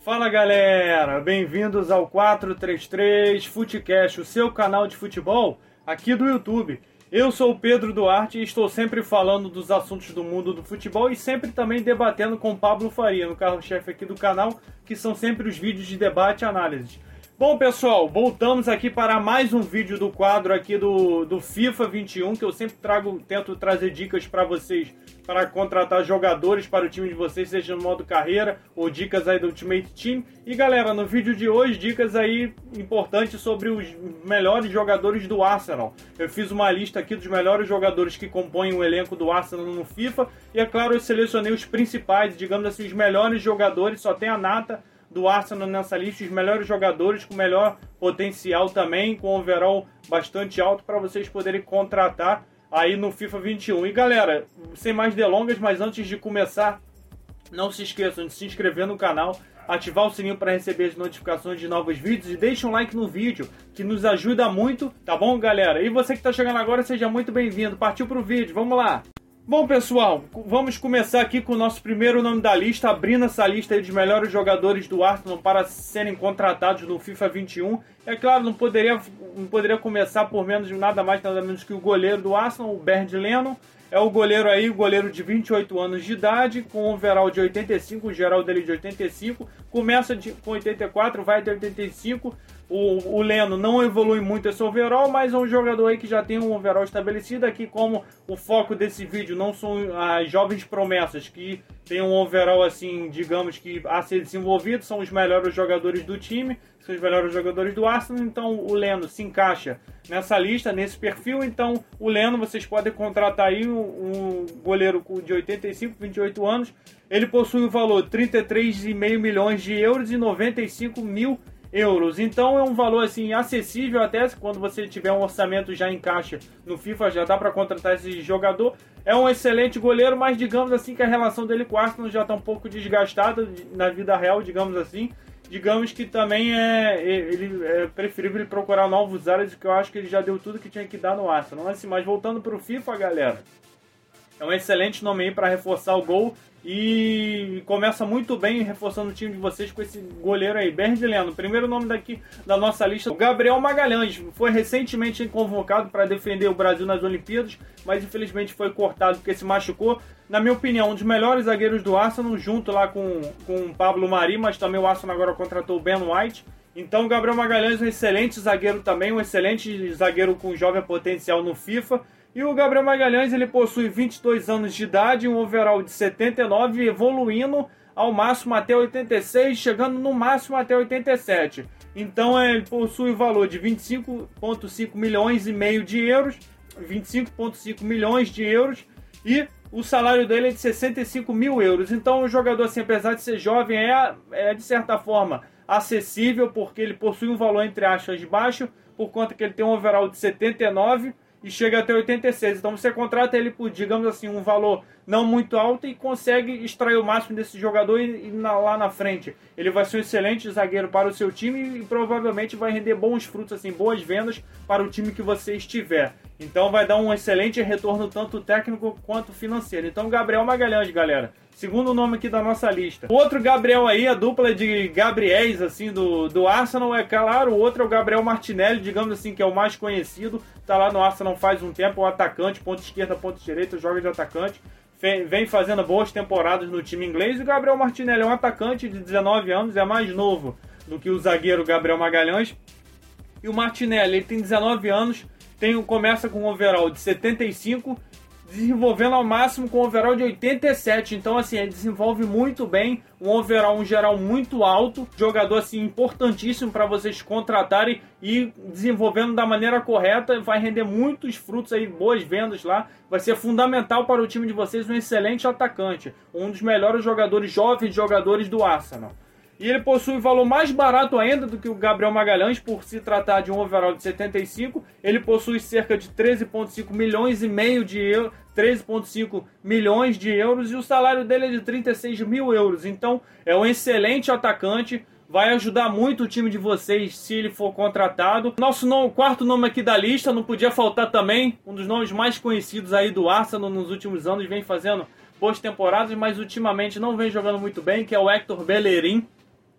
Fala galera, bem-vindos ao 433 Futecast, o seu canal de futebol aqui do YouTube. Eu sou o Pedro Duarte e estou sempre falando dos assuntos do mundo do futebol e sempre também debatendo com o Pablo Faria, no carro-chefe aqui do canal, que são sempre os vídeos de debate e análise. Bom pessoal, voltamos aqui para mais um vídeo do quadro aqui do FIFA 21, que eu sempre tento trazer dicas para vocês para contratar jogadores para o time de vocês, seja no modo carreira ou dicas aí do Ultimate Team. E galera, no vídeo de hoje, dicas aí importantes sobre os melhores jogadores do Arsenal. Eu fiz uma lista aqui dos melhores jogadores que compõem o elenco do Arsenal no FIFA e é claro, eu selecionei os principais, digamos assim, os melhores jogadores, só tem a nata do Arsenal nessa lista, os melhores jogadores com melhor potencial também, com overall bastante alto para vocês poderem contratar aí no FIFA 21. E galera, sem mais delongas, mas antes de começar, não se esqueçam de se inscrever no canal, ativar o sininho para receber as notificações de novos vídeos e deixa um like no vídeo, que nos ajuda muito, tá bom galera? E você que está chegando agora, seja muito bem-vindo. Partiu pro vídeo, vamos lá! Bom pessoal, vamos começar aqui com o nosso primeiro nome da lista, abrindo essa lista aí dos melhores jogadores do Arsenal para serem contratados no FIFA 21. É claro, não poderia começar por nada mais nada menos que o goleiro do Arsenal, o Bernd Leno. É o goleiro aí, o goleiro de 28 anos de idade, com overall de 85, o geral dele de 85, começa com 84, vai até 85. O Leno não evolui muito esse overall, mas é um jogador aí que já tem um overall estabelecido. Aqui, como o foco desse vídeo não são as jovens promessas que tem um overall assim, digamos que a ser desenvolvido, são os melhores jogadores do time, são os melhores jogadores do Arsenal, então o Leno se encaixa nessa lista, nesse perfil. Então o Leno, vocês podem contratar aí um goleiro de 85, 28 anos, ele possui o valor 33,5 milhões de euros e 95 mil euros. Então é um valor assim acessível, até quando você tiver um orçamento já em caixa no FIFA, já dá para contratar esse jogador. É um excelente goleiro, mas digamos assim que a relação dele com o Arsenal já está um pouco desgastada na vida real, digamos assim. Digamos que também é preferível ele procurar novos áreas, que eu acho que ele já deu tudo que tinha que dar no Arsenal. Mas voltando para o FIFA, galera, é um excelente nome aí para reforçar o gol e começa muito bem reforçando o time de vocês com esse goleiro aí, Bernd Leno. Primeiro nome daqui da nossa lista, o Gabriel Magalhães. Foi recentemente convocado para defender o Brasil nas Olimpíadas, mas infelizmente foi cortado porque se machucou. Na minha opinião, um dos melhores zagueiros do Arsenal, junto lá com o Pablo Mari, mas também o Arsenal agora contratou o Ben White. Então o Gabriel Magalhães é um excelente zagueiro também, um excelente zagueiro com jovem potencial no FIFA. E o Gabriel Magalhães, ele possui 22 anos de idade, um overall de 79, evoluindo ao máximo até 86, chegando no máximo até 87. Então ele possui o valor de 25,5 milhões e meio de euros, 25,5 milhões de euros, e o salário dele é de 65 mil euros. Então o jogador, assim, apesar de ser jovem, é de certa forma acessível, porque ele possui um valor entre aspas baixo, por conta que ele tem um overall de 79 e chega até 86. Então você contrata ele por, digamos assim, um valor não muito alto e consegue extrair o máximo desse jogador lá na frente. Ele vai ser um excelente zagueiro para o seu time e provavelmente vai render bons frutos, assim, boas vendas para o time que você estiver. Então vai dar um excelente retorno tanto técnico quanto financeiro. Então Gabriel Magalhães, galera, segundo nome aqui da nossa lista. O outro Gabriel aí, a dupla de Gabriéis assim do Arsenal, é claro, o outro é o Gabriel Martinelli, digamos assim, que é o mais conhecido. Tá lá no Arsenal faz um tempo, o atacante, ponta esquerda, ponta direita, joga de atacante. Vem fazendo boas temporadas no time inglês. E o Gabriel Martinelli é um atacante de 19 anos, é mais novo do que o zagueiro Gabriel Magalhães. E o Martinelli, ele tem 19 anos, começa com um overall de 75, desenvolvendo ao máximo com um overall de 87. Então, assim, ele desenvolve muito bem, um overall, um geral muito alto. Jogador, assim, importantíssimo para vocês contratarem e desenvolvendo da maneira correta. Vai render muitos frutos aí, boas vendas lá. Vai ser fundamental para o time de vocês, um excelente atacante. Um dos melhores jogadores, jovens jogadores do Arsenal. E ele possui valor mais barato ainda do que o Gabriel Magalhães, por se tratar de um overall de 75. Ele possui cerca de 13,5 milhões e meio de euros, 13,5 milhões de euros, e o salário dele é de 36 mil euros. Então é um excelente atacante, vai ajudar muito o time de vocês se ele for contratado. Quarto nome aqui da lista, não podia faltar também, um dos nomes mais conhecidos aí do Arsenal nos últimos anos, vem fazendo boas temporadas, mas ultimamente não vem jogando muito bem, que é o Hector Bellerin.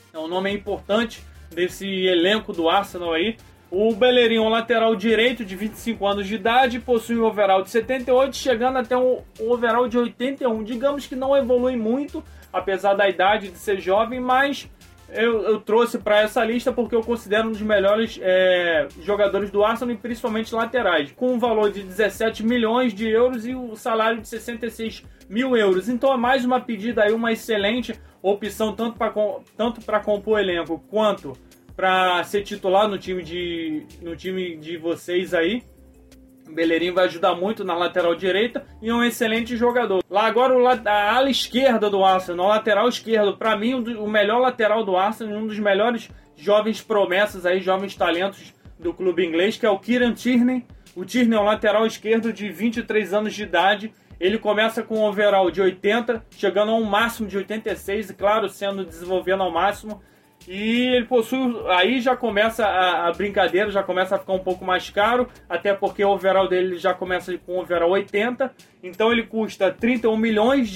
É um nome importante desse elenco do Arsenal aí. O Bellerin, um lateral direito de 25 anos de idade, possui um overall de 78, chegando até um overall de 81. Digamos que não evolui muito, apesar da idade de ser jovem, mas eu trouxe para essa lista porque eu considero um dos melhores jogadores do Arsenal e principalmente laterais, com um valor de 17 milhões de euros e o salário de 66 mil euros. Então é mais uma pedida aí, uma excelente opção tanto para compor o elenco quanto para ser titular no time de vocês aí. O Bellerin vai ajudar muito na lateral direita e é um excelente jogador. Lá agora a ala esquerda do Arsenal, a lateral esquerdo, para mim o melhor lateral do Arsenal, um dos melhores jovens promessas aí, jovens talentos do clube inglês, que é o Kieran Tierney. O Tierney é um lateral esquerdo de 23 anos de idade. Ele começa com um overall de 80, chegando a um máximo de 86, e claro, sendo desenvolvendo ao máximo. E ele possui, aí já começa a brincadeira, já começa a ficar um pouco mais caro, até porque o overall dele já começa com overall 80, então ele custa 31 milhões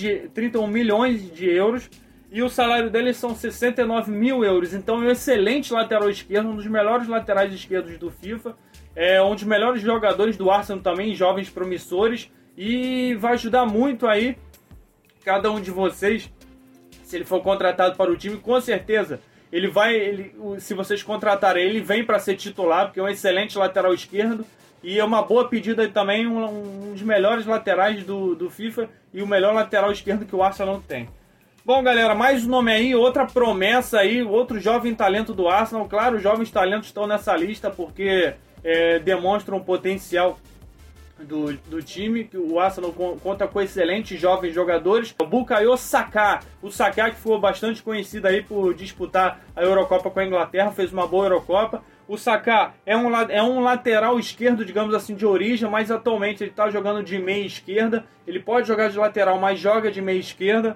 de euros, e o salário dele são 69 mil euros, então é um excelente lateral esquerdo, um dos melhores laterais esquerdos do FIFA, é um dos melhores jogadores do Arsenal também, jovens promissores, e vai ajudar muito aí cada um de vocês, se ele for contratado para o time, com certeza. Se vocês contratarem, ele vem para ser titular, porque é um excelente lateral esquerdo e é uma boa pedida também, um dos melhores laterais do FIFA e o melhor lateral esquerdo que o Arsenal tem. Bom, galera, mais um nome aí, outra promessa aí, outro jovem talento do Arsenal. Claro, os jovens talentos estão nessa lista porque demonstram o potencial do time, que o Arsenal conta com excelentes jovens jogadores. O Bukayo Saka, o Saka que foi bastante conhecido aí por disputar a Eurocopa com a Inglaterra, fez uma boa Eurocopa. O Saka é um lateral esquerdo, digamos assim, de origem, mas atualmente ele está jogando de meia esquerda. Ele pode jogar de lateral, mas joga de meia esquerda.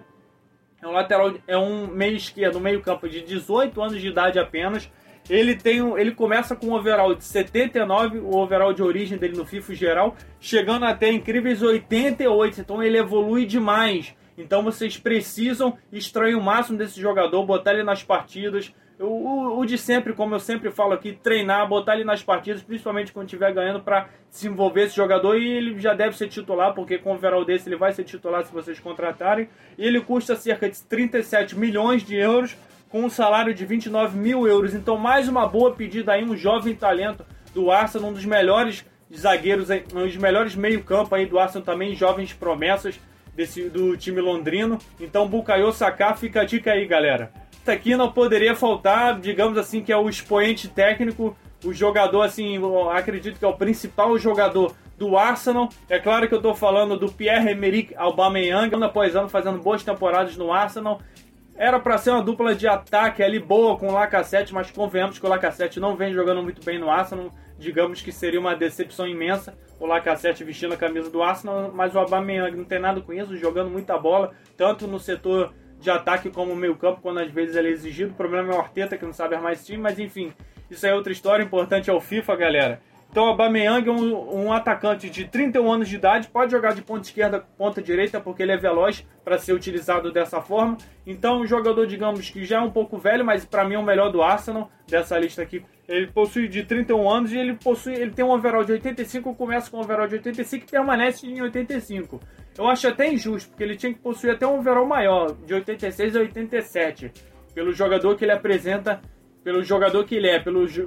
É um meia esquerdo, um meio campo de 18 anos de idade apenas. Ele começa com um overall de 79, o overall de origem dele no FIFA geral, chegando até incríveis 88, então ele evolui demais. Então vocês precisam extrair o máximo desse jogador, botar ele nas partidas, o de sempre, como eu sempre falo aqui, treinar, botar ele nas partidas, principalmente quando estiver ganhando, para desenvolver esse jogador, e ele já deve ser titular, porque com o overall desse ele vai ser titular se vocês contratarem, e ele custa cerca de 37 milhões de euros, com um salário de 29 mil euros. Então mais uma boa pedida aí, um jovem talento do Arsenal, um dos melhores zagueiros, um dos melhores meio campo aí do Arsenal também, jovens promessas do time londrino. Então Bukayo Saka, fica a dica aí, galera. Aqui não poderia faltar, digamos assim, que é o expoente técnico, o jogador, assim, eu acredito que é o principal jogador do Arsenal. É claro que eu estou falando do Pierre-Emerick Aubameyang, ano após ano fazendo boas temporadas no Arsenal. Era para ser uma dupla de ataque ali boa com o Lacazette, mas convenhamos que o Lacazette não vem jogando muito bem no Arsenal. Digamos que seria uma decepção imensa o Lacazette vestindo a camisa do Arsenal, mas o Aubameyang não tem nada com isso, jogando muita bola, tanto no setor de ataque como no meio campo, quando às vezes ele é exigido. O problema é o Arteta, que não sabe armar esse time, mas enfim, isso é outra história. Importante é o FIFA, galera. Então o Aubameyang é um atacante de 31 anos de idade, pode jogar de ponta esquerda, ponta direita, porque ele é veloz para ser utilizado dessa forma. Então um jogador, digamos, que já é um pouco velho, mas para mim é o melhor do Arsenal, dessa lista aqui. Ele possui de 31 anos e ele tem um overall de 85, começa com um overall de 85 e permanece em 85. Eu acho até injusto, porque ele tinha que possuir até um overall maior, de 86 a 87, pelo jogador que ele apresenta, pelo jogador que ele é,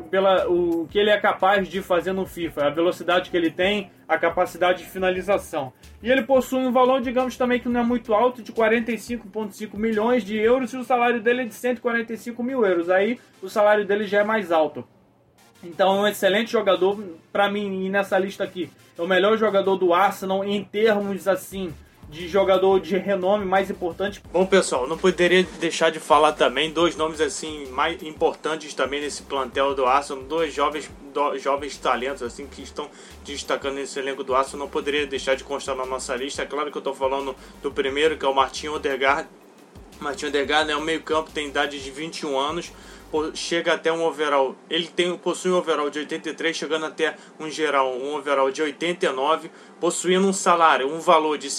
o que ele é capaz de fazer no FIFA, a velocidade que ele tem, a capacidade de finalização. E ele possui um valor, digamos também que não é muito alto, de 45,5 milhões de euros, e o salário dele é de 145 mil euros. Aí o salário dele já é mais alto. Então é um excelente jogador, para mim, e nessa lista aqui, é o melhor jogador do Arsenal em termos assim de jogador de renome mais importante. Bom, pessoal, não poderia deixar de falar também dois nomes assim mais importantes também nesse plantel do Arsenal, dois jovens talentos assim que estão destacando nesse elenco do Arsenal, não poderia deixar de constar na nossa lista. É claro que eu estou falando do primeiro, que é o Martin Odegaard. Martin Odegaard é um meio-campo, tem idade de 21 anos, chega até um overall, possui um overall de 83, chegando até um overall de 89, possuindo um salário, um valor de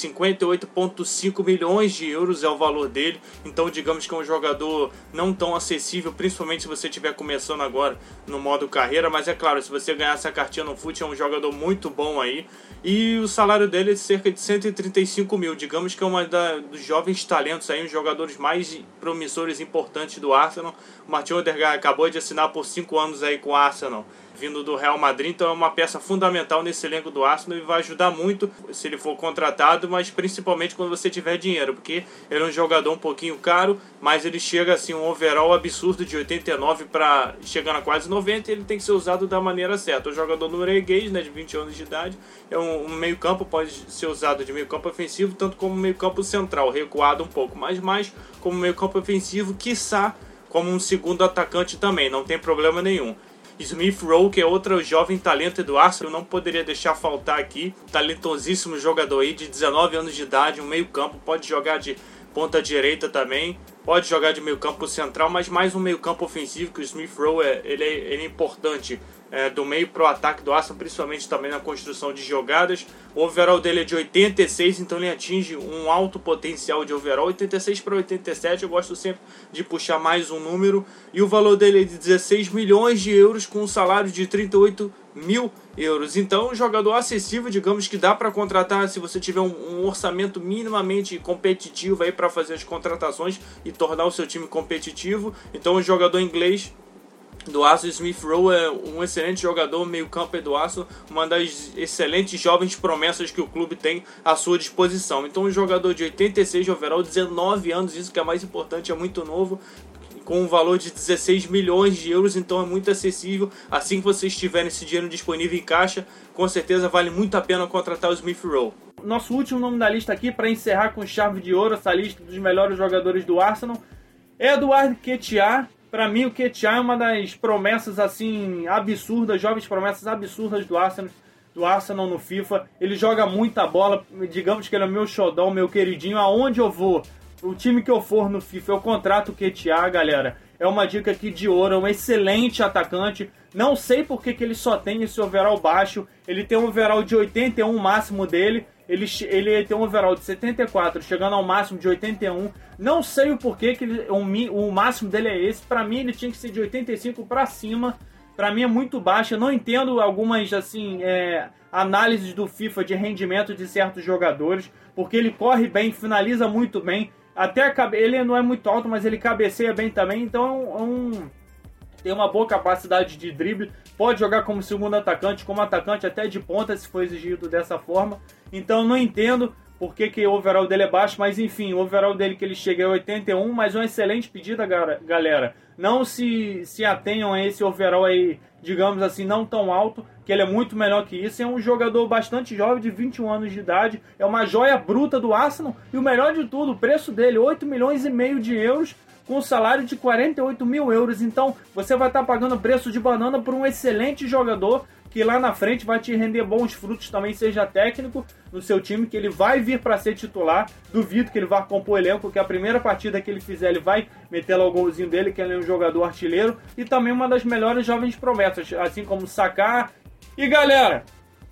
58,5 milhões de euros é o valor dele. Então digamos que é um jogador não tão acessível, principalmente se você estiver começando agora no modo carreira, mas é claro, se você ganhar essa cartinha no FUT, é um jogador muito bom aí. E o salário dele é de cerca de 135 mil, digamos que é uma dos jovens talentos aí, um dos jogadores mais promissores e importantes do Arsenal. O Martin Odegaard acabou de assinar por 5 anos aí com o Arsenal, vindo do Real Madrid, então é uma peça fundamental nesse elenco do Arsenal e vai ajudar muito se ele for contratado, mas principalmente quando você tiver dinheiro, porque ele é um jogador um pouquinho caro, mas ele chega assim, um overall absurdo de 89 para chegando a quase 90, e ele tem que ser usado da maneira certa. O jogador norueguês, né, de 20 anos de idade, é um meio campo, pode ser usado de meio campo ofensivo, tanto como meio campo central, recuado um pouco, mas mais como meio campo ofensivo, quiçá como um segundo atacante também, não tem problema nenhum. Smith Rowe, que é outro jovem talento do Arsenal, não poderia deixar faltar aqui. Talentosíssimo jogador aí, de 19 anos de idade, um meio campo, pode jogar de ponta direita também, pode jogar de meio campo central, mas mais um meio campo ofensivo, que o Smith Rowe ele é importante do meio para o ataque do Arsenal, principalmente também na construção de jogadas. O overall dele é de 86, então ele atinge um alto potencial de overall. 86 para 87, eu gosto sempre de puxar mais um número. E o valor dele é de 16 milhões de euros com um salário de 38 mil euros. Então, um jogador acessível, digamos que dá para contratar se você tiver um orçamento minimamente competitivo aí para fazer as contratações e tornar o seu time competitivo. Então, um jogador inglês do Arsenal, Smith Rowe é um excelente jogador, meio campo do Arsenal, uma das excelentes jovens promessas que o clube tem à sua disposição. Então um jogador de 86 de overall, 19 anos, isso que é mais importante, é muito novo, com um valor de 16 milhões de euros, então é muito acessível. Assim que vocês tiverem esse dinheiro disponível em caixa, com certeza vale muito a pena contratar o Smith Rowe. Nosso último nome da lista aqui, para encerrar com chave de ouro essa lista dos melhores jogadores do Arsenal, é Eduard Nketiah. Para mim, o Nketiah é uma das promessas assim absurdas, jovens promessas absurdas do Arsenal no FIFA. Ele joga muita bola, digamos que ele é meu xodó, meu queridinho. Aonde eu vou, o time que eu for no FIFA, eu contrato o Nketiah, galera. É uma dica aqui de ouro, é um excelente atacante. Não sei por que ele só tem esse overall baixo. Ele tem um overall de 81, o máximo dele. Ele tem um overall de 74, chegando ao máximo de 81. Não sei o porquê que o máximo dele é esse. Para mim, ele tinha que ser de 85 para cima. Para mim é muito baixo. Eu não entendo algumas assim análises do FIFA de rendimento de certos jogadores, porque ele corre bem, finaliza muito bem. Até ele não é muito alto, mas ele cabeceia bem também. Então tem uma boa capacidade de drible, pode jogar como segundo atacante, como atacante até de ponta, se for exigido dessa forma. Então não entendo por que o overall dele é baixo, mas enfim, o overall dele que ele chega é 81, mas uma excelente pedida, galera. Não se atenham a esse overall aí, digamos assim, não tão alto, que ele é muito melhor que isso. É um jogador bastante jovem, de 21 anos de idade, é uma joia bruta do Arsenal, e o melhor de tudo, o preço dele, 8 milhões e meio de euros, com um salário de 48 mil euros. Então você vai estar pagando preço de banana por um excelente jogador que lá na frente vai te render bons frutos também, seja técnico no seu time, que ele vai vir para ser titular. Duvido que ele vá compor o elenco, que a primeira partida que ele fizer ele vai meter lá o golzinho dele, que ele é um jogador artilheiro e também uma das melhores jovens promessas, assim como Saka. E galera,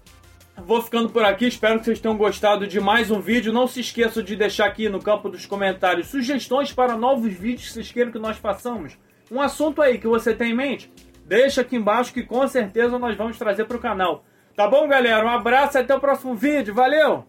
vou ficando por aqui, espero que vocês tenham gostado de mais um vídeo. Não se esqueçam de deixar aqui no campo dos comentários sugestões para novos vídeos que vocês queiram que nós façamos. Um assunto aí que você tem em mente, deixa aqui embaixo que com certeza nós vamos trazer para o canal. Tá bom, galera? Um abraço e até o próximo vídeo. Valeu!